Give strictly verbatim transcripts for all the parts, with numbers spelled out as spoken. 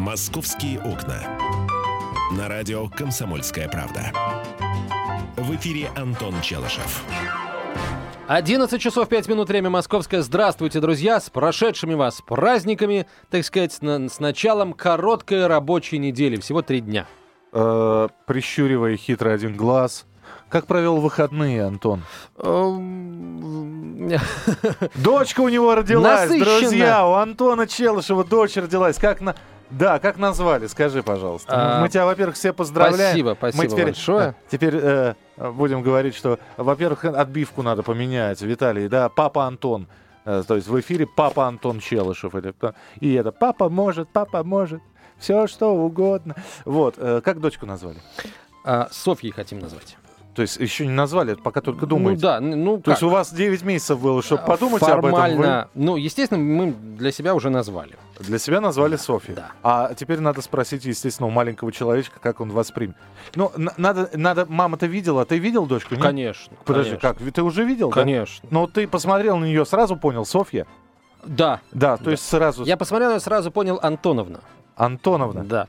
«Московские окна». На радио «Комсомольская правда». В эфире Антон Челышев. одиннадцать часов пять минут, время московское. Здравствуйте, друзья, с прошедшими вас праздниками, так сказать, с началом короткой рабочей недели, всего три дня. Э, прищуривая хитро один глаз. Как провел выходные, Антон? Дочка у него родилась, Насыщенно. Друзья, у Антона Челышева дочь родилась. Как на... Да, как назвали, скажи, пожалуйста. А, Мы тебя, во-первых, все поздравляем. Спасибо, спасибо Мы теперь, большое. Теперь э, будем говорить, что, во-первых, отбивку надо поменять, Виталий, да, папа Антон. Э, то есть в эфире папа Антон Челышев. Или, и это папа может, папа может, все что угодно. Вот, э, как дочку назвали? А, Софьей хотим назвать. То есть еще не назвали, пока только думаете. Ну да, ну То как? есть у вас девять месяцев было, чтобы подумать об этом. Формально, ну, естественно, мы для себя уже назвали. Вы для себя назвали Софью. Да. А теперь надо спросить, естественно, у маленького человечка, как он воспримет. Ну, н- надо, надо, мама-то видела, ты видел дочку? Нет? Конечно. Подожди, конечно. как? Ты уже видел? Конечно. Да? Ну, ты посмотрел на нее, сразу понял, Софья? Да. Да, то есть сразу... Я посмотрел и сразу понял Антоновна. Антоновна. Да.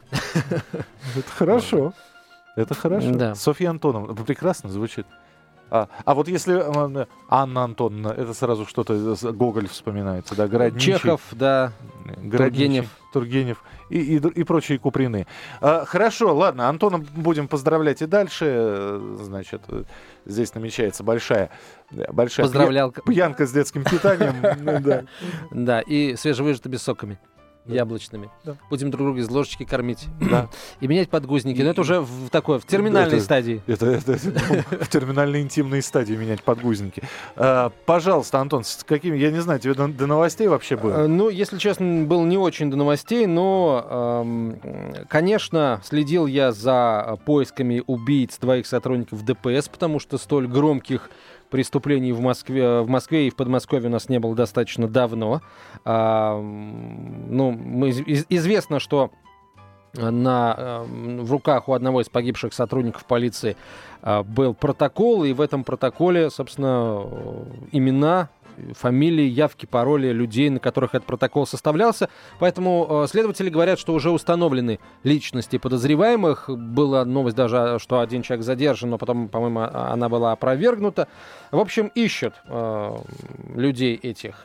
Это хорошо. Это хорошо. Да. Софья Антоновна. Прекрасно звучит. А, а вот если э, Анна Антоновна, это сразу что-то, э, Гоголь вспоминается, да, Городничий. Чехов, да. Городничий, Тургенев. Тургенев и, и, и прочие Куприны. А, хорошо, ладно, Антона будем поздравлять и дальше. Э, Значит, э, здесь намечается большая, большая Поздравлял. пья- пьянка с детским питанием. Ну да. Да, и свежевыжатыми соками. Да. Яблочными. Да. Будем друг друга из ложечки кормить. Да. И менять подгузники. Но это уже в такой, в терминальной Это- стадии. Это, это, это в терминальной интимной стадии менять подгузники. А, пожалуйста, Антон, с какими, я не знаю, тебе до, до новостей вообще Э, было? Ну, если честно, был не очень до новостей, но, эм, конечно, следил я за поисками убийц двоих сотрудников ДПС, потому что столь громких преступлений в Москве, в Москве и в Подмосковье у нас не было достаточно давно. А, ну, мы, из- известно, что на, э, в руках у одного из погибших сотрудников полиции э, был протокол, и в этом протоколе, собственно, э, имена, фамилии, явки, пароли людей, на которых этот протокол составлялся. Поэтому э, следователи говорят, что уже установлены личности подозреваемых. Была новость даже, что один человек задержан, но потом, по-моему, а- она была опровергнута. В общем, ищут э, людей этих.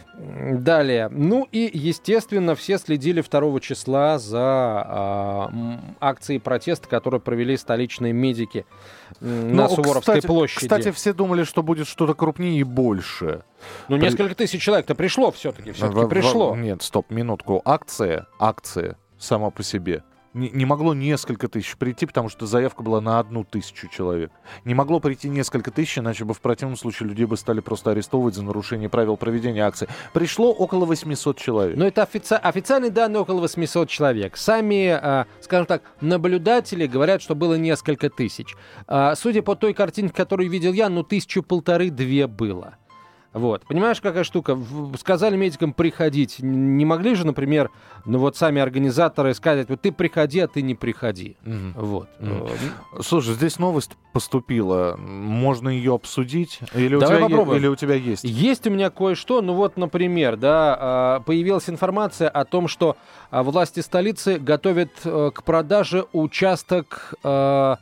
Далее. Ну и, естественно, все следили второго числа за а, м, акцией протеста, которую провели столичные медики м, на Ну, Суворовской кстати, площади. Кстати, все думали, что будет что-то крупнее и больше. ну, несколько тысяч человек-то пришло все-таки, все-таки В- в- пришло. Нет, стоп, минутку. Акция, акция сама по себе. Не, не могло несколько тысяч прийти, потому что заявка была на одну тысячу человек. Не могло прийти несколько тысяч, иначе бы в противном случае людей бы стали просто арестовывать за нарушение правил проведения акции. Пришло около восемьсот человек. Но это офици- официальные данные около восемьсот человек. Сами, а, скажем так, наблюдатели говорят, что было несколько тысяч. А, судя по той картинке, которую видел я, ну, тысячу полторы-две было. Вот. Понимаешь, какая штука? В- Сказали медикам приходить. Не могли же, например, ну вот сами организаторы сказать, вот ты приходи, а ты не приходи. Мгм. Вот. Мгм. Э, Слушай, здесь новость поступила. Можно ее обсудить? Или у, Давай тебя, е- попробуем. или у тебя есть? Есть у меня кое-что, ну вот, например, да, а, появилась информация о том, что а, власти столицы готовят э, к продаже участок, э,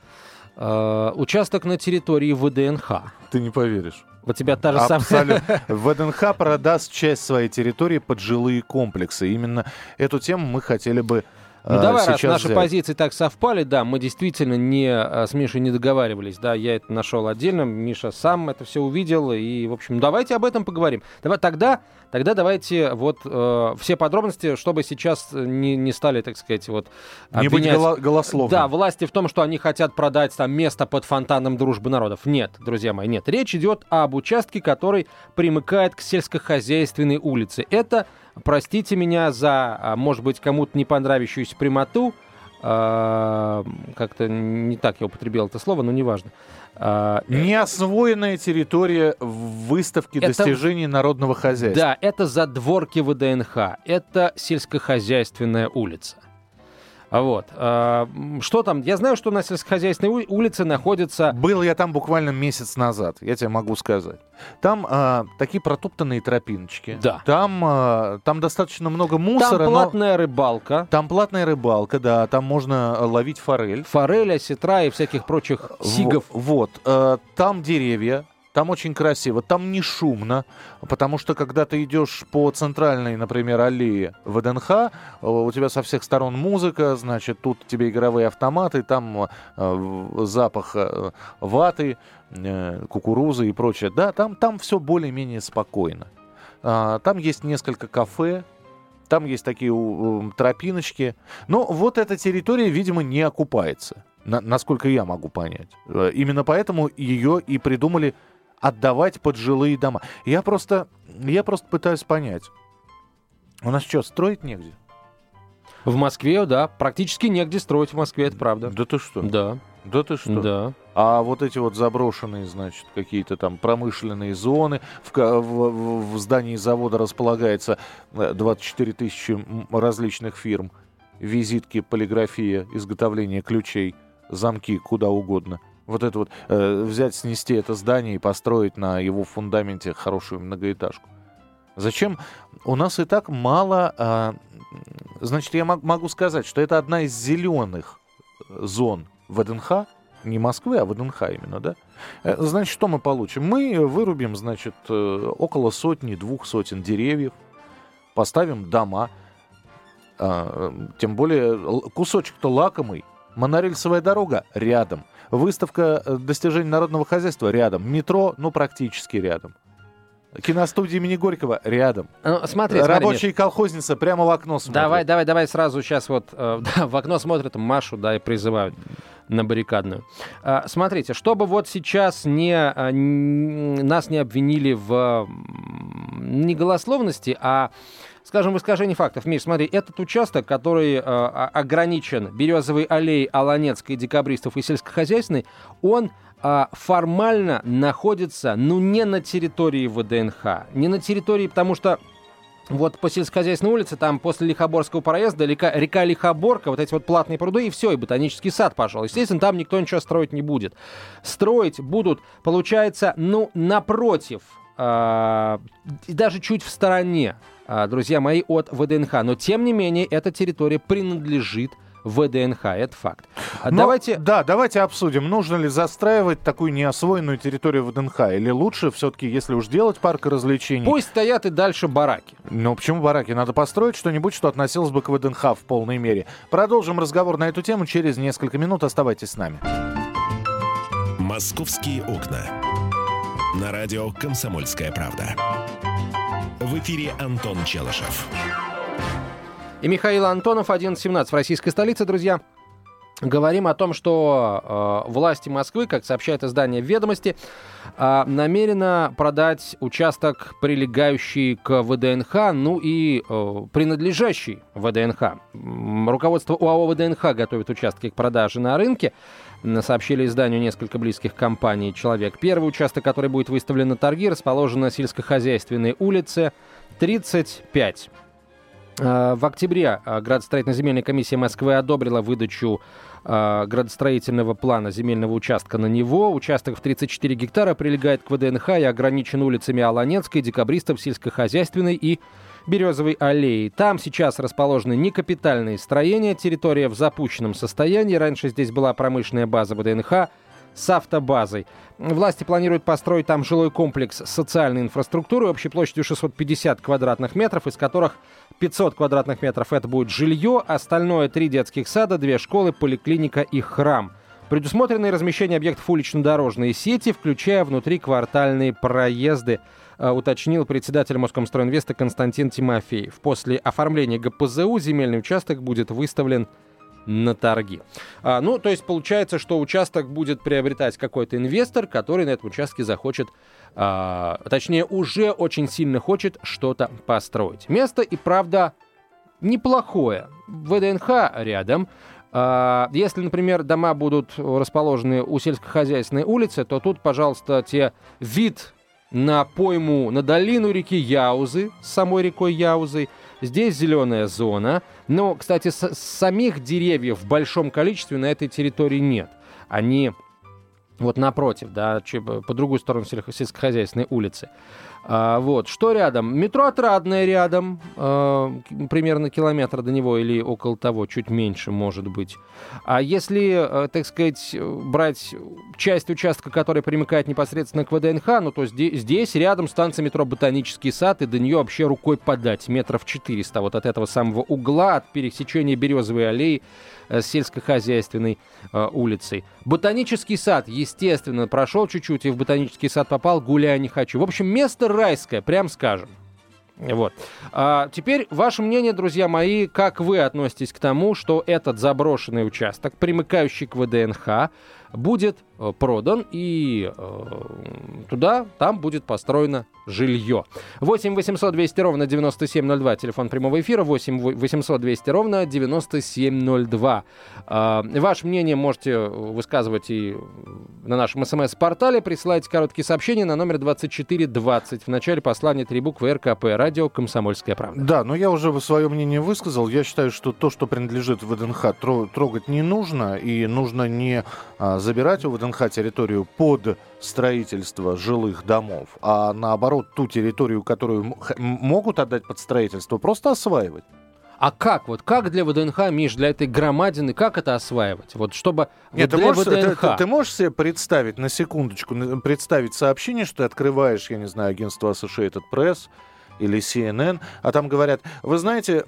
э, участок на территории ВДНХ. Ты не поверишь. Вот тебя та же самая... Абсолютно. ВДНХ продаст часть своей территории под жилые комплексы. Именно эту тему мы хотели бы Ну э, давай, раз сейчас наши взять. позиции так совпали, да, мы действительно не, а, с Мишей не договаривались, да, я это нашел отдельно, Миша сам это все увидел, и, в общем, давайте об этом поговорим. Давай, тогда, тогда давайте вот э, все подробности, чтобы сейчас не, не стали, так сказать, вот Не быть обвинять- голо- голословным. Да, власти в том, что они хотят продать там место под фонтаном Дружбы народов. Нет, друзья мои, нет. Речь идет об участке, который примыкает к сельскохозяйственной улице. Это, простите меня за, а, может быть, кому-то не понравившуюся прямоту, а, как-то не так я употребил это слово, но неважно. А, Неосвоенная территория выставки Это- достижений народного хозяйства. Да, это задворки ВДНХ, это сельскохозяйственная улица. Вот. А, что там? Я знаю, что на сельскохозяйственной улице находится... Был я там буквально месяц назад, я тебе могу сказать. Там а, такие протоптанные тропиночки. Да. Там, а, там достаточно много мусора. Там платная но... рыбалка. Там платная рыбалка, да. Там можно ловить форель. Форель, осетра и всяких прочих сигов. В, вот. А, там деревья. Там очень красиво, там не шумно, потому что когда ты идешь по центральной, например, аллее ВДНХ, у тебя со всех сторон музыка, значит, тут тебе игровые автоматы, там э, запах э, ваты, э, кукурузы и прочее. Да, там, там все более-менее спокойно. А, там есть несколько кафе, там есть такие э, тропиночки. Но вот эта территория, видимо, не окупается, на, насколько я могу понять. Именно поэтому ее и придумали отдавать под жилые дома. Я просто, я просто пытаюсь понять. У нас что, строить негде? В Москве, да. Практически негде строить в Москве, это правда. Да ты что? Да. Да ты что? Да. А вот эти вот заброшенные, значит, какие-то там промышленные зоны, в, в, в здании завода располагается двадцать четыре тысячи различных фирм. Визитки, полиграфия, изготовление ключей, замки, куда угодно. Вот это вот, э, взять, снести это здание и построить на его фундаменте хорошую многоэтажку. Зачем? У нас и так мало... Э, значит, я мог, могу сказать, что это одна из зеленых зон ВДНХ, не Москвы, а ВДНХ именно, да? Э, значит, что мы получим? Мы вырубим, значит, э, около сотни, двух сотен деревьев, поставим дома, э, тем более кусочек-то лакомый, монорельсовая дорога рядом. Выставка достижений народного хозяйства рядом. Метро, ну, практически рядом. Киностудия имени Горького рядом. Ну, смотри, Рабочая смотри, колхозница прямо в окно смотрит. Давай, давай, давай сразу сейчас вот э, да, в окно смотрят Машу, да, и призывают на баррикадную. А, смотрите, чтобы вот сейчас не, а, н- нас не обвинили в не голословности, а, скажем, в искажении фактов. Миш, смотри, этот участок, который э, ограничен Березовой аллеей, Аланецкой, Декабристов и сельскохозяйственной, он э, формально находится, ну, не на территории ВДНХ. Не на территории, потому что вот по сельскохозяйственной улице, там после Лихоборского проезда река, река Лихоборка, вот эти вот платные пруды, и все, и ботанический сад пошел. Естественно, там никто ничего строить не будет. Строить будут, получается, ну, напротив, э, даже чуть в стороне, э, друзья мои, от ВДНХ. Но, тем не менее, эта территория принадлежит ВДНХ, это факт. Но, давайте... Да, давайте обсудим, нужно ли застраивать такую неосвоенную территорию ВДНХ, или лучше все-таки, если уж делать парк развлечений... Пусть стоят и дальше бараки. Ну, почему бараки? Надо построить что-нибудь, что относилось бы к ВДНХ в полной мере. Продолжим разговор на эту тему через несколько минут. Оставайтесь с нами. «Московские окна». На радио «Комсомольская правда». В эфире Антон Челышев. И Михаил Антонов, одиннадцать семнадцать в российской столице, друзья. Говорим о том, что э, власти Москвы, как сообщает издание «Ведомости», э, намерено продать участок, прилегающий к ВДНХ, ну и э, принадлежащий ВДНХ. Руководство ОАО ВДНХ готовит участки к продаже на рынке. Сообщили изданию несколько близких компаний «Человек». Первый участок, который будет выставлен на торги, расположен на сельскохозяйственной улице тридцать пять. В октябре градостроительная земельная комиссия Москвы одобрила выдачу э, градостроительного плана земельного участка на него. Участок в тридцать четыре гектара прилегает к ВДНХ и ограничен улицами Аланецкой, Декабристов, сельскохозяйственной и Березовой аллеи. Там сейчас расположены некапитальные строения, территория в запущенном состоянии. Раньше здесь была промышленная база ВДНХ с автобазой. Власти планируют построить там жилой комплекс социальной инфраструктуры общей площадью шестьсот пятьдесят квадратных метров, из которых пятьсот квадратных метров это будет жилье, остальное три детских сада, две школы, поликлиника и храм. Предусмотрены размещение объектов улично-дорожной сети, включая внутриквартальные проезды, уточнил председатель Москомстройинвеста Константин Тимофеев. После оформления ГПЗУ земельный участок будет выставлен на торги. А, ну, то есть получается, что участок будет приобретать какой-то инвестор, который на этом участке захочет, а, точнее, уже очень сильно хочет что-то построить. Место и правда неплохое. ВДНХ рядом. А, если, например, дома будут расположены у сельскохозяйственной улицы, то тут, пожалуйста, те вид на пойму, на долину реки Яузы, с самой рекой Яузой, здесь зеленая зона. Но, кстати, с- самих деревьев в большом количестве на этой территории нет. Они вот напротив, да, по другую сторону сельскохозяйственной улицы. А, вот. Что рядом? Метро Отрадное рядом, а, примерно километр до него или около того, чуть меньше, может быть. А если, а, так сказать, брать часть участка, которая примыкает непосредственно к ВДНХ, ну то здесь, здесь рядом станция метро Ботанический сад, и до нее вообще рукой подать, метров четыреста. Вот от этого самого угла, от пересечения Березовой аллеи с сельскохозяйственной э, улицей. Ботанический сад, естественно, прошел чуть-чуть и в ботанический сад попал, гуляй не хочу. В общем, место райское, прям скажем. Вот. А теперь ваше мнение, друзья мои, как вы относитесь к тому, что этот заброшенный участок, примыкающий к ВДНХ, будет э, продан, и э, туда, там будет построено жилье. восемь восемьсот двести ровно девяносто семь ноль два, телефон прямого эфира, восемь восемьсот двести ровно девяносто семь ноль два. Э, ваше мнение можете высказывать и на нашем смс-портале, присылайте короткие сообщения на номер двадцать четыре двадцать. В начале послания три буквы РКП, радио «Комсомольская правда». Да, но я уже свое мнение высказал. Я считаю, что то, что принадлежит ВДНХ, трогать не нужно, и нужно не а, забирать у ВДНХ территорию под строительство жилых домов, а наоборот ту территорию, которую м- могут отдать под строительство, просто осваивать. А как? Вот как для ВДНХ, Миш, для этой громадины, как это осваивать? Вот чтобы Нет, вот ты, для можешь, ВДНХ... ты, ты, ты можешь себе представить, на секундочку, представить сообщение, что ты открываешь, я не знаю, агентство Associated Press или си эн эн, а там говорят, вы знаете,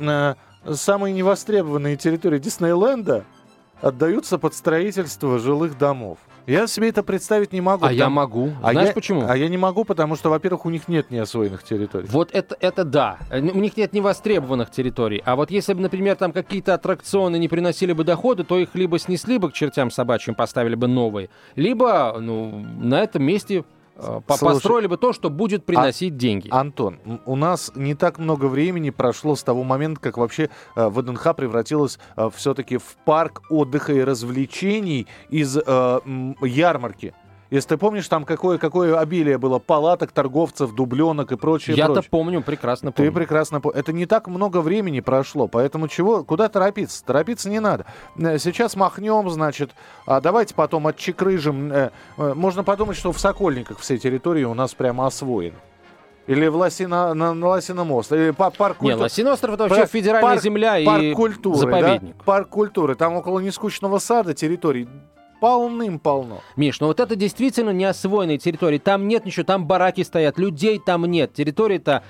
самые невостребованные территории Диснейленда отдаются под строительство жилых домов. Я себе это представить не могу. А потому... я могу. А Знаешь я... почему? А я не могу, потому что, во-первых, у них нет неосвоенных территорий. Вот это, это да. У них нет невостребованных территорий. А вот если бы, например, там какие-то аттракционы не приносили бы доходы, то их либо снесли бы к чертям собачьим, поставили бы новые, либо ну, на этом месте... Слушай, построили бы то, что будет приносить а, деньги. Антон, у нас не так много времени прошло с того момента, как вообще э, ВДНХ превратилась э, все-таки в парк отдыха и развлечений из э, ярмарки. Если ты помнишь, там какое, какое обилие было палаток, торговцев, дубленок и прочее. Я-то прочее. помню, прекрасно помню. Ты прекрасно помнишь. Это не так много времени прошло, поэтому чего, куда торопиться? Торопиться не надо. Сейчас махнем, значит, а давайте потом отчекрыжим. Можно подумать, что в Сокольниках все территории у нас прямо освоены. Или в Лосино, на, на Лосином острове. Или парк культуры. Нет, Лосиный остров — это вообще федеральная парк, земля парк и культуры, заповедник. Да? Парк культуры. Там около Нескучного сада территорий полным-полно. Миш, ну вот это действительно неосвоенные территории. Там нет ничего, там бараки стоят, людей там нет. Территория-то,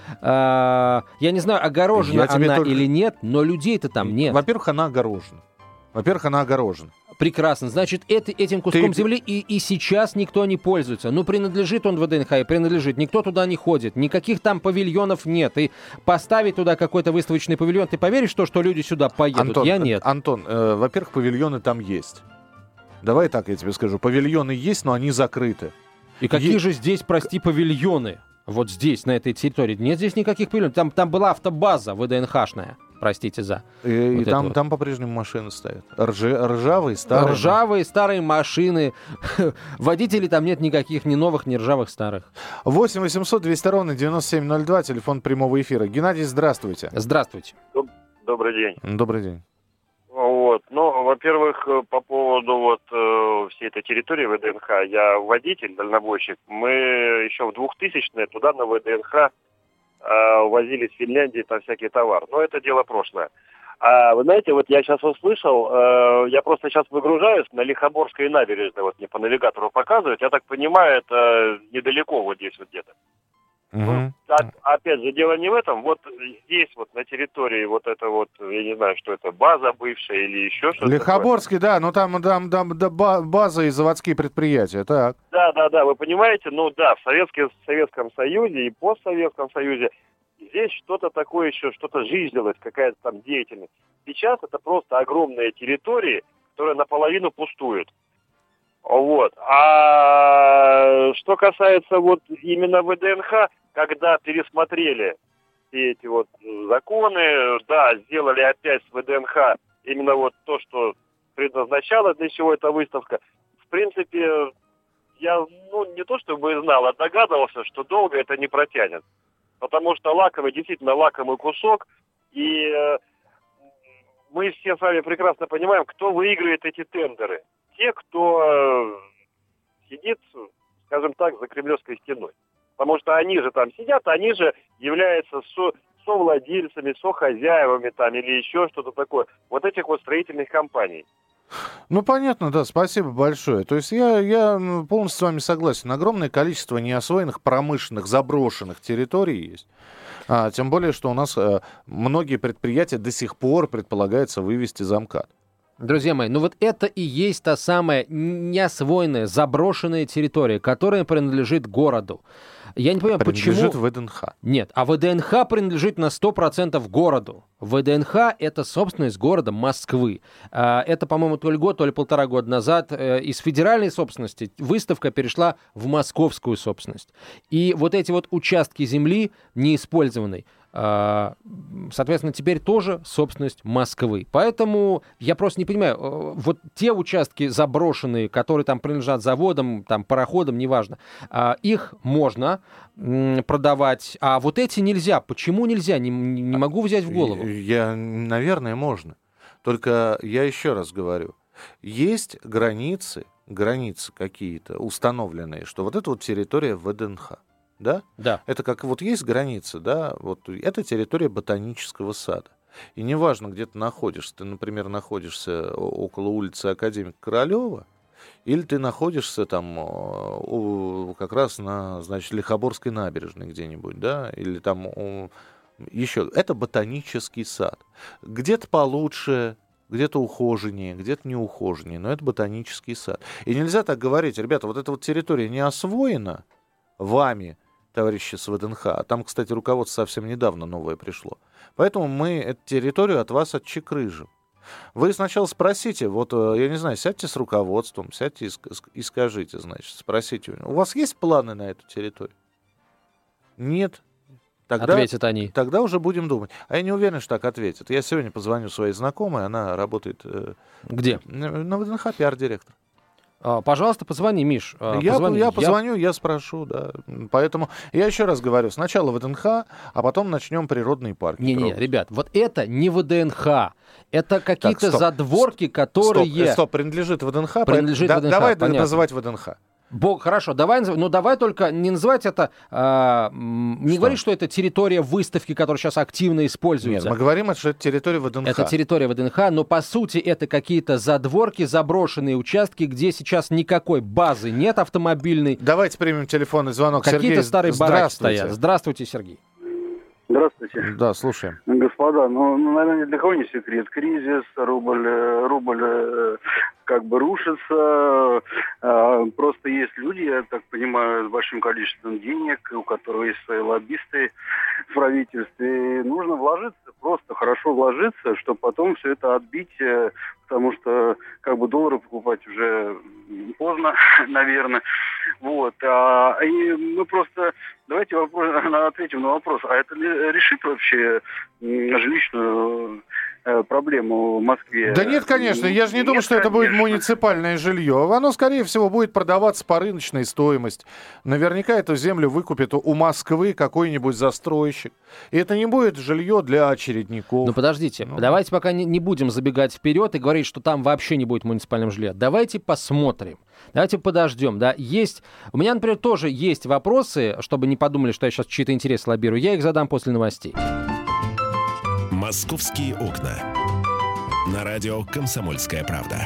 э, я не знаю, огорожена она только... или нет, но людей-то там нет. Во-первых, она огорожена. Во-первых, она огорожена. Прекрасно. Значит, это, этим куском Ты... земли и, и сейчас никто не пользуется. Ну, принадлежит он ВДНХ и принадлежит. Никто туда не ходит. Никаких там павильонов нет. И поставить туда какой-то выставочный павильон, ты поверишь, что, что люди сюда поедут? Антон, я нет. Антон, э, во-первых, павильоны там есть. Давай так я тебе скажу. Павильоны есть, но они закрыты. И какие е... же здесь, прости, павильоны? Вот здесь, на этой территории. Нет здесь никаких павильонов. Там, там была автобаза ВДНХшная. Простите за... И, вот и там, вот. там по-прежнему машины стоят. Ржи, ржавые, старые. Ржавые, старые машины. Водителей там нет никаких, ни новых, ни ржавых, старых. восемь восемьсот двести ровно девяносто семь ноль два, телефон прямого эфира. Геннадий, здравствуйте. Здравствуйте. Добрый день. Добрый день. Вот. Ну, во-первых, по поводу вот э, всей этой территории ВДНХ, я водитель, дальнобойщик. Мы еще в двухтысячные туда на ВДНХ э, возили с Финляндии там всякий товар. Но это дело прошлое. А вы знаете, вот я сейчас услышал, э, я просто сейчас выгружаюсь на Лихоборской набережной, вот мне по навигатору показывают. Я так понимаю, это недалеко вот здесь вот где-то. Угу. Ну, а, опять же, дело не в этом. Вот здесь, вот на территории, вот это вот, я не знаю, что это, база бывшая или еще что-то. Лихоборский, такое. Да, но там, там, там да, база и заводские предприятия, так. Да, да, да, вы понимаете, ну да, в, Советском, в Советском Союзе и постсоветском Союзе здесь что-то такое еще, что-то жизнилось, какая-то там деятельность. Сейчас это просто огромные территории, которые наполовину пустуют. Вот. А что касается вот именно ВДНХ, когда пересмотрели все эти вот законы, да, сделали опять с ВДНХ именно вот то, что предназначалось, для чего эта выставка. В принципе, я, ну, не то чтобы знал, а догадывался, что долго это не протянет. Потому что лакомый, действительно лакомый кусок, И э, мы все с вами прекрасно понимаем, кто выигрывает эти тендеры. Те, кто э, сидит, скажем так, за кремлевской стеной. Потому что они же там сидят, они же являются со, совладельцами, сохозяевами там или еще что-то такое. Вот этих вот строительных компаний. Ну, понятно, да, спасибо большое. То есть я, я полностью с вами согласен. Огромное количество неосвоенных промышленных, заброшенных территорий есть. А, тем более, что у нас а, многие предприятия до сих пор предполагается вывести за МКАД. Друзья мои, ну вот это и есть та самая неосвоенная, заброшенная территория, которая принадлежит городу. Я не понимаю, принадлежит почему... ВДНХ. Нет, а ВДНХ принадлежит на сто процентов городу. ВДНХ — это собственность города Москвы. Это, по-моему, то ли год, то ли полтора года назад из федеральной собственности выставка перешла в московскую собственность. И вот эти вот участки земли неиспользованной, соответственно, теперь тоже собственность Москвы. Поэтому я просто не понимаю, вот те участки заброшенные, которые там принадлежат заводам, там, пароходам, неважно, их можно продавать, а вот эти нельзя. Почему нельзя? Не, не могу взять в голову. Я, наверное, можно. Только я еще раз говорю, есть границы, границы какие-то установленные, что вот это вот территория ВДНХ. Да? Да. Это как вот есть граница, да, вот это территория ботанического сада. И неважно, где ты находишься, ты, например, находишься около улицы Академика Королева, или ты находишься там как раз на, значит, Лихоборской набережной где-нибудь, да, или там еще. Это ботанический сад. Где-то получше, где-то ухоженнее, где-то неухоженнее, но это ботанический сад. И нельзя так говорить, ребята, вот эта вот территория не освоена вами, товарищи с ВДНХ. А там, кстати, руководство совсем недавно новое пришло. Поэтому мы эту территорию от вас отчекрыжим. Вы сначала спросите, вот, я не знаю, сядьте с руководством, сядьте и, и скажите, значит, спросите. У вас есть планы на эту территорию? Нет. Тогда, ответят они. Тогда уже будем думать. А я не уверен, что так ответят. Я сегодня позвоню своей знакомой, она работает... Где? На ВДНХ, пиар-директор. Пожалуйста, позвони, Миш. Я, позвони. я позвоню, я... я спрошу, да. Поэтому я еще раз говорю, сначала ВДНХ, а потом начнем природные парки. Не-не, ребят, вот это не ВДНХ. Это какие-то так, задворки, которые... Стоп, стоп, принадлежит ВДНХ. Принадлежит по... ВДНХ, Давай понятно. называть ВДНХ. Бог, хорошо, давай, ну давай только не называть это, а, не говори, что это территория выставки, которая сейчас активно используется. Нет, мы говорим, что это территория ВДНХ. Это территория ВДНХ, но по сути это какие-то задворки, заброшенные участки, где сейчас никакой базы нет автомобильной. Давайте примем телефонный звонок. Какие-то Сергей, старые бараки стоят. Здравствуйте, Сергей. Здравствуйте. Да, слушаем. Господа, ну, наверное, ни для кого не секрет. Кризис, рубль, рубль как бы рушится. Просто есть люди, я так понимаю, с большим количеством денег, у которых есть свои лоббисты в правительстве. И нужно вложиться, просто хорошо вложиться, чтобы потом все это отбить, потому что как бы доллары покупать уже поздно, наверное. Вот. А, и мы просто давайте вопрос, ответим на вопрос. А это решит вообще жилищную проблему в Москве? Да нет, конечно. Я же не нет, думаю, что конечно. Это будет муниципальное жилье. Оно, скорее всего, будет продаваться по рыночной стоимости. Наверняка эту землю выкупит у Москвы какой-нибудь застройщик. И это не будет жилье для очередников. Ну, подождите. Ну. Давайте пока не, не будем забегать вперед и говорить, что там вообще не будет муниципального жилья. Давайте посмотрим. Давайте подождем. Да? Есть... У меня, например, тоже есть вопросы, чтобы не подумали, что я сейчас чьи-то интересы лоббирую. Я их задам после новостей. «Московские окна». На радио «Комсомольская правда».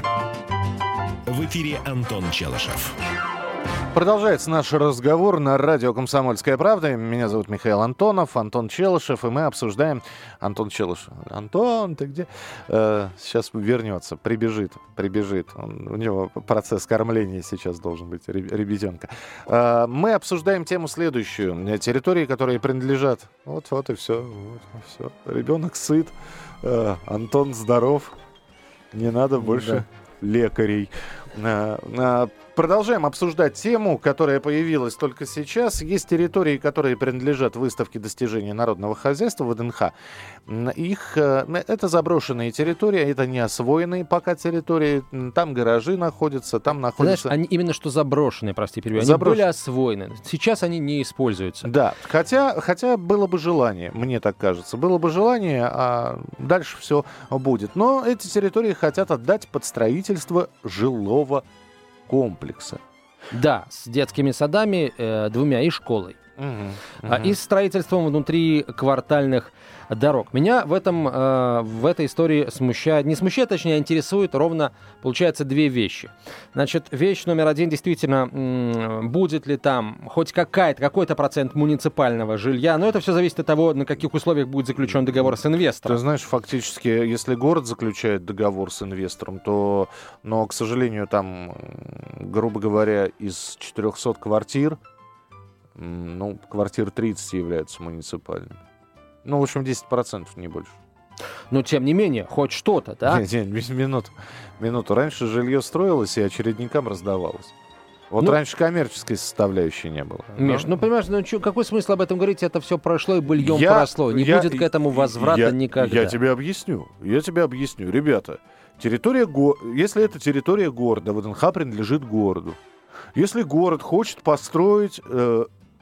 В эфире Антон Челышев. Продолжается наш разговор на радио «Комсомольская правда». Меня зовут Михаил Антонов, Антон Челышев, и мы обсуждаем... Антон Челышев. Антон, ты где? Э, сейчас вернется, прибежит, прибежит. Он, у него процесс кормления сейчас должен быть, ребятенка. Э, мы обсуждаем тему следующую. Территории, которые принадлежат... Вот, вот и все. Вот, все. Ребенок сыт, э, Антон здоров. Не надо больше да. лекарей. Э, э, Продолжаем обсуждать тему, которая появилась только сейчас. Есть территории, которые принадлежат выставке достижений народного хозяйства в ВДНХ. Их, это заброшенные территории, это не освоенные пока территории. Там гаражи находятся, там находятся... Знаешь, они именно что заброшенные, прости, перебью. Они Заброш... были освоены. Сейчас они не используются. Да, хотя, хотя было бы желание, мне так кажется. Было бы желание, а дальше все будет. Но эти территории хотят отдать под строительство жилого комплекса. Да, с детскими садами, э, двумя и школой. Угу, угу. И с строительством внутри квартальных дорог. Меня в, этом, э, в этой истории смущает, не смущает, точнее, интересует ровно, получается, две вещи. Значит, вещь номер один, действительно, м- будет ли там хоть какая-то, какой-то процент муниципального жилья, но это все зависит от того, на каких условиях будет заключен договор с инвестором. Ты знаешь, фактически, если город заключает договор с инвестором, то, но, к сожалению, там, грубо говоря, из четырехсот квартир, ну, квартир тридцать являются муниципальными. Ну, в общем, десять процентов, не больше. Но, тем не менее, хоть что-то, да? Нет, нет, минуту. Минуту. Раньше жилье строилось и очередникам раздавалось. Вот ну, раньше коммерческой составляющей не было. Миш, да? ну, понимаешь, ну, чё, какой смысл об этом говорить? Это все прошло и быльем я, прошло. Не я, будет к этому возврата я, никогда. Я тебе объясню. Я тебе объясню. Ребята, территория го... если это территория города, ВДНХ принадлежит городу. Если город хочет построить э,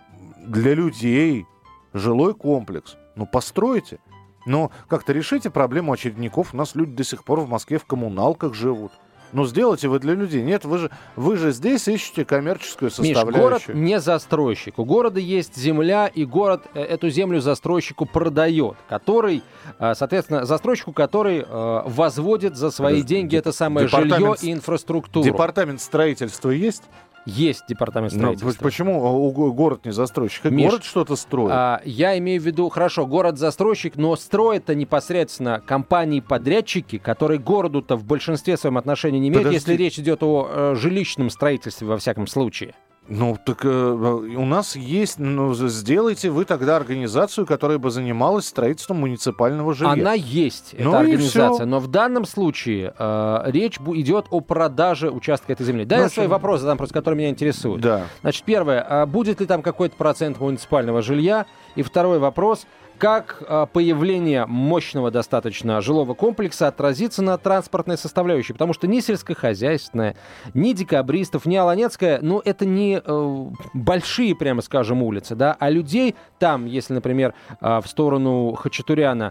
для людей жилой комплекс, ну, постройте. Но как-то решите проблему очередников. У нас люди до сих пор в Москве в коммуналках живут. Ну, сделайте вы для людей. Нет, вы же, вы же здесь ищете коммерческую составляющую. Миш, город не застройщик. У города есть земля, и город эту землю застройщику продает, который, соответственно, застройщику, который возводит за свои Подожди, деньги это самое жилье и инфраструктуру. Департамент строительства есть? Есть департамент строительства. Но почему город не застройщик? Миш, город что-то строит. А, я имею в виду, хорошо, город застройщик, но строят-то непосредственно компании-подрядчики, которые городу-то в большинстве своем отношении не имеют, Подожди. Если речь идет о э, жилищном строительстве во всяком случае. Ну, так э, у нас есть, ну, сделайте вы тогда организацию, которая бы занималась строительством муниципального жилья. Она есть, ну эта организация, но в данном случае э, речь идет о продаже участка этой земли. Да, ну, я свои вопросы задам, просто которые меня интересуют. Да. Значит, первое, а будет ли там какой-то процент муниципального жилья? И второй вопрос, как э, появление мощного достаточно жилого комплекса отразится на транспортной составляющей? Потому что ни сельскохозяйственная, ни Декабристов, ни Аланецкая, ну, это не э, большие, прямо скажем, улицы, да, а людей там, если, например, э, в сторону Хачатуряна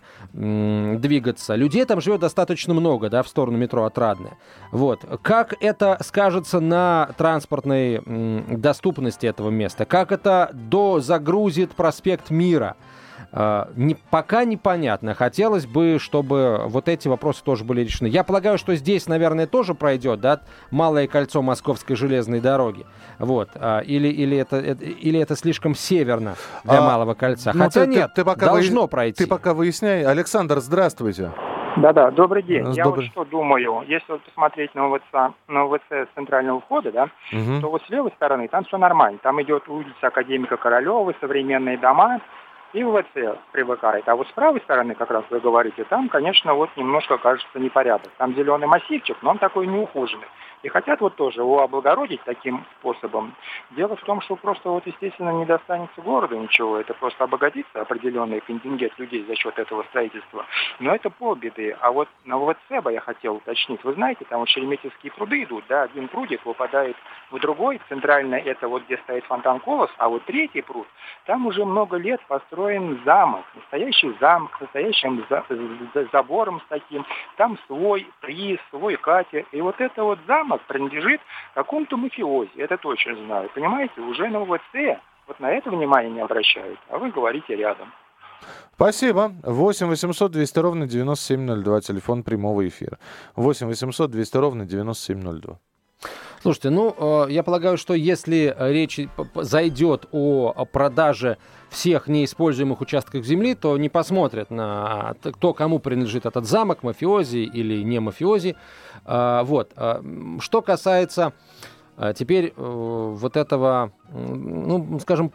э, двигаться, людей там живет достаточно много, да, в сторону метро Отрадное. Вот. Как это скажется на транспортной э, доступности этого места? Как это дозагрузит проспект Мира? Uh, не, пока непонятно. Хотелось бы, чтобы вот эти вопросы тоже были решены. Я полагаю, что здесь, наверное, тоже пройдет, да, малое кольцо Московской железной дороги. Вот. Uh, или, или, это, это, или это слишком северно для а, малого кольца. Ну, Хотя ты, нет, ты, ты пока должно вы... пройти. Ты пока выясняй. Александр, здравствуйте. Да-да, добрый день. Добрый. Я вот что думаю, если вот посмотреть на ОВЦ, на ОВЦ с центрального входа, да, угу. то вот с левой стороны там все нормально. Там идет улица Академика Королева, современные дома, и ВВЦ привыкает. А вот с правой стороны, как раз вы говорите, там, конечно, вот немножко кажется непорядок. Там зеленый массивчик, но он такой неухоженный. И хотят вот тоже его облагородить таким способом. Дело в том, что просто вот, естественно, не достанется городу ничего. Это просто обогатится определенный контингент людей за счет этого строительства. Но это полбеды. А вот на ВВЦ бы я хотел уточнить. Вы знаете, там вот Шереметьевские пруды идут, да, один прудик выпадает в другой. Центрально это вот где стоит фонтан Колос, а вот третий пруд, там уже много лет построен замок. Настоящий замок, с настоящим за- за- забором с таким. Там свой приз, свой катер. И вот это вот замок принадлежит какому-то мафиози, это точно знаю. Понимаете, уже на ВЦ вот на это внимание не обращают, а вы говорите рядом. Спасибо. восемь восемьсот двести ровно девяносто семь ноль два, телефон прямого эфира. восемь восемьсот двести ровно девяносто семь ноль два. Слушайте, ну, я полагаю, что если речь зайдет о продаже всех неиспользуемых участков земли, то не посмотрят на то, кому принадлежит этот замок, мафиози или не мафиози. Вот. Что касается теперь вот этого, ну, скажем,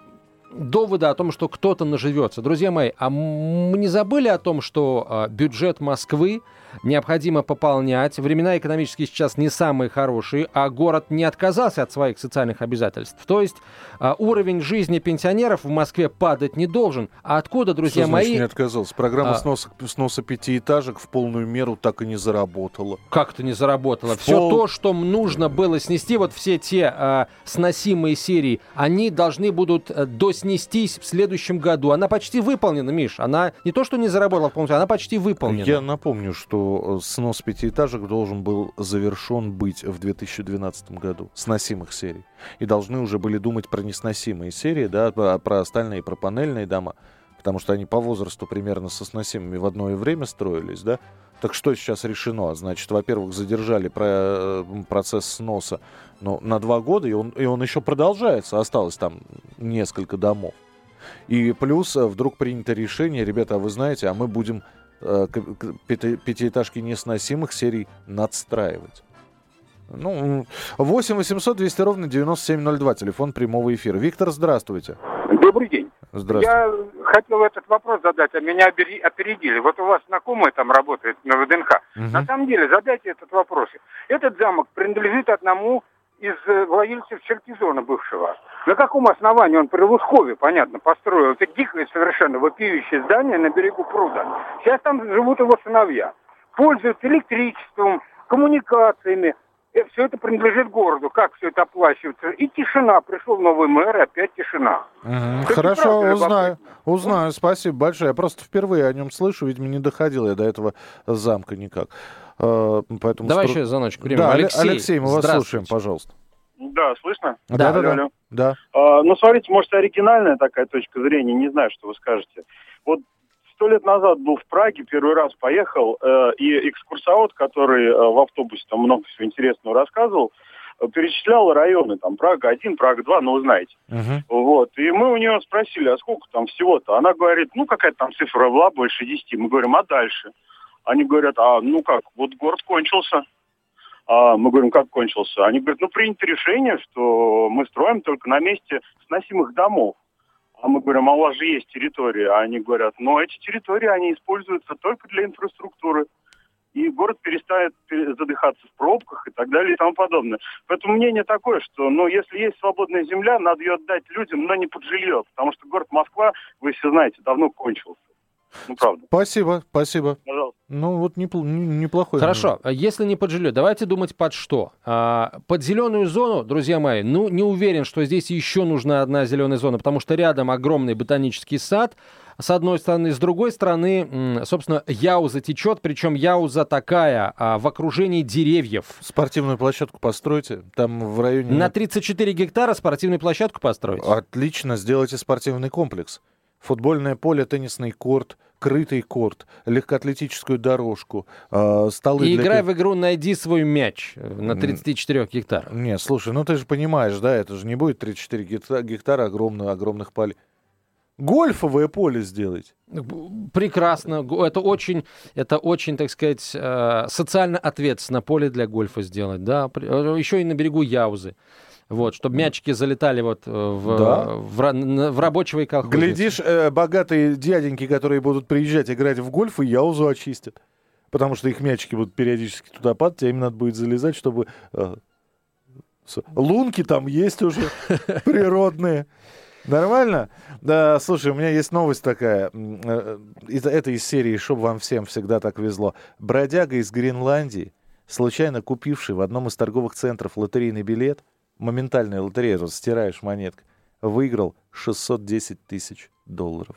довода о том, что кто-то наживется. Друзья мои, а мы не забыли о том, что а, бюджет Москвы необходимо пополнять. Времена экономические сейчас не самые хорошие, а город не отказался от своих социальных обязательств. То есть а, уровень жизни пенсионеров в Москве падать не должен. А откуда, друзья Что мои... значит не отказался? Программа а... сноса, сноса пятиэтажек в полную меру так и не заработала. Как-то не заработала. В Все пол... то, что нужно было снести, вот все те а, сносимые серии, они должны будут а, доснестись в следующем году. Она почти выполнена, Миш. Она не то, что не заработала в полную, она почти выполнена. Я напомню, что снос пятиэтажек должен был завершен быть в две тысячи двенадцатом году, сносимых серий. И должны уже были думать про несносимые серии, да, про остальные, про панельные дома, потому что они по возрасту примерно со сносимыми в одно время строились, да. Так что сейчас решено? Значит, во-первых, задержали про, процесс сноса, но на два года, и он, и он еще продолжается, осталось там несколько домов. И плюс вдруг принято решение, ребята, а вы знаете, а мы будем пятиэтажки несносимых серий надстраивать. Ну, восемь восемьсот двести ровно девяносто семь ноль два, телефон прямого эфира. Виктор, здравствуйте. Добрый день. Здравствуйте. Я хотел этот вопрос задать, а меня опередили. Вот у вас знакомый там работает на ВДНХ. Угу. На самом деле, задайте этот вопрос. Этот замок принадлежит одному из владельцев Черкизона бывшего. На каком основании он при Лужкове, понятно, построил это дикое совершенно вопиющее здание на берегу пруда? Сейчас там живут его сыновья. Пользуются электричеством, коммуникациями. И все это принадлежит городу. Как все это оплачивается? И тишина. Пришел новый мэр, и опять тишина. Угу. Хорошо, узнаю. Узнаю. Спасибо большое. Я просто впервые о нем слышу. Видимо, не доходил я до этого замка никак. Поэтому Давай стру... еще звоночек примем. Да, Алексей, Алексей, мы вас слушаем, пожалуйста. Да, слышно? Да, да, да. да. А, ну, смотрите, может, оригинальная такая точка зрения, не знаю, что вы скажете. Вот сто лет назад был в Праге, первый раз поехал, э, и экскурсовод, который э, в автобусе там много всего интересного рассказывал, э, перечислял районы, там, Прага-один, Прага-два, ну, вы знаете. Uh-huh. Вот, и мы у нее спросили, а сколько там всего-то? Она говорит, ну, какая-то там цифра была, больше десяти. Мы говорим, а дальше? Они говорят, а, ну как, вот город кончился. А мы говорим, как кончился? Они говорят, ну, принято решение, что мы строим только на месте сносимых домов. А мы говорим, а у вас же есть территория. А они говорят, ну, эти территории, они используются только для инфраструктуры. И город перестанет задыхаться в пробках и так далее и тому подобное. Поэтому мнение такое, что, ну, если есть свободная земля, надо ее отдать людям, но не под жилье. Потому что город Москва, вы все знаете, давно кончился. Ну, правда. Спасибо, спасибо. Пожалуйста. Ну, вот непл- неплохой. Хорошо, момент. Если не под жилье, давайте думать под что. А, под зеленую зону, друзья мои, ну, не уверен, что здесь еще нужна одна зеленая зона, потому что рядом огромный ботанический сад, с одной стороны. С другой стороны, собственно, Яуза течет, причем Яуза такая, а, в окружении деревьев. Спортивную площадку постройте, там в районе... На тридцать четыре гектара спортивную площадку построить? Отлично, сделайте спортивный комплекс. Футбольное поле, теннисный корт, крытый корт, легкоатлетическую дорожку, э, столы... И для... играй в игру «Найди свой мяч» на тридцати четырёх гектарах. Не, слушай, ну ты же понимаешь, да, это же не будет тридцать четыре гектара, гектара огромных, огромных полей. Гольфовое поле сделать. Прекрасно. Это очень, это очень, так сказать, социально ответственно поле для гольфа сделать. Да? Еще и на берегу Яузы. Вот, чтобы мячики залетали вот в, да. в, в, в рабочего и колхозницы. Глядишь, э, богатые дяденьки, которые будут приезжать играть в гольф, и Яузу очистят. Потому что их мячики будут периодически туда падать, а им надо будет залезать, чтобы... Э, лунки там есть уже природные. Нормально? Да, слушай, у меня есть новость такая. Это из серии «Чтоб вам всем всегда так везло». Бродяга из Гренландии, случайно купивший в одном из торговых центров лотерейный билет, моментальная лотерея, тут стираешь монетку, выиграл шестьсот десять тысяч долларов.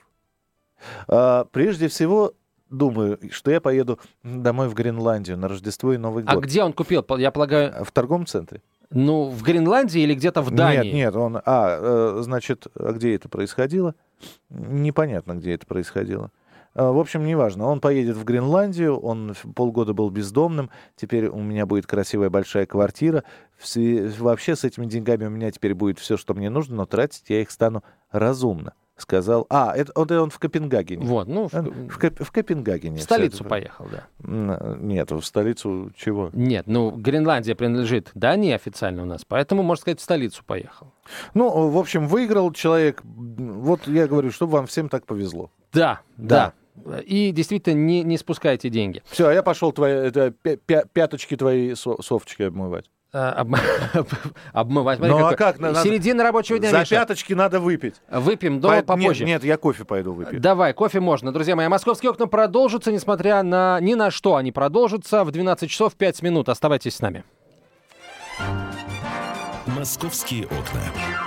А, прежде всего, думаю, что я поеду домой в Гренландию на Рождество и Новый год. А где он купил? Я полагаю... В торговом центре. Ну, в Гренландии или где-то в Дании? Нет, нет, он... А, значит, где это происходило? Непонятно, где это происходило. В общем, неважно. Он поедет в Гренландию, он полгода был бездомным, теперь у меня будет красивая большая квартира. Вообще с этими деньгами у меня теперь будет все, что мне нужно, но тратить я их стану разумно. Сказал. А, это, это он в Копенгагене. Вот, ну, в, в, Коп, в Копенгагене. В столицу поехал, да. Нет, в столицу чего? Нет, ну, Гренландия принадлежит Дании официально у нас, поэтому, можно сказать, в столицу поехал. Ну, в общем, выиграл человек. Вот я говорю, чтобы вам всем так повезло. Да, да. да. И действительно не, не спускайте деньги. Все, а я пошел твои, это, пя, пяточки твои Софочкой обмывать. Обмывать. Ну а как? Середина рабочего дня. За пяточки надо выпить. Выпьем, но попозже. Нет, я кофе пойду выпью. Давай, кофе можно. Друзья мои, московские окна продолжатся, несмотря на ни на что. Они продолжатся в двенадцать часов пять минут. Оставайтесь с нами. Московские окна.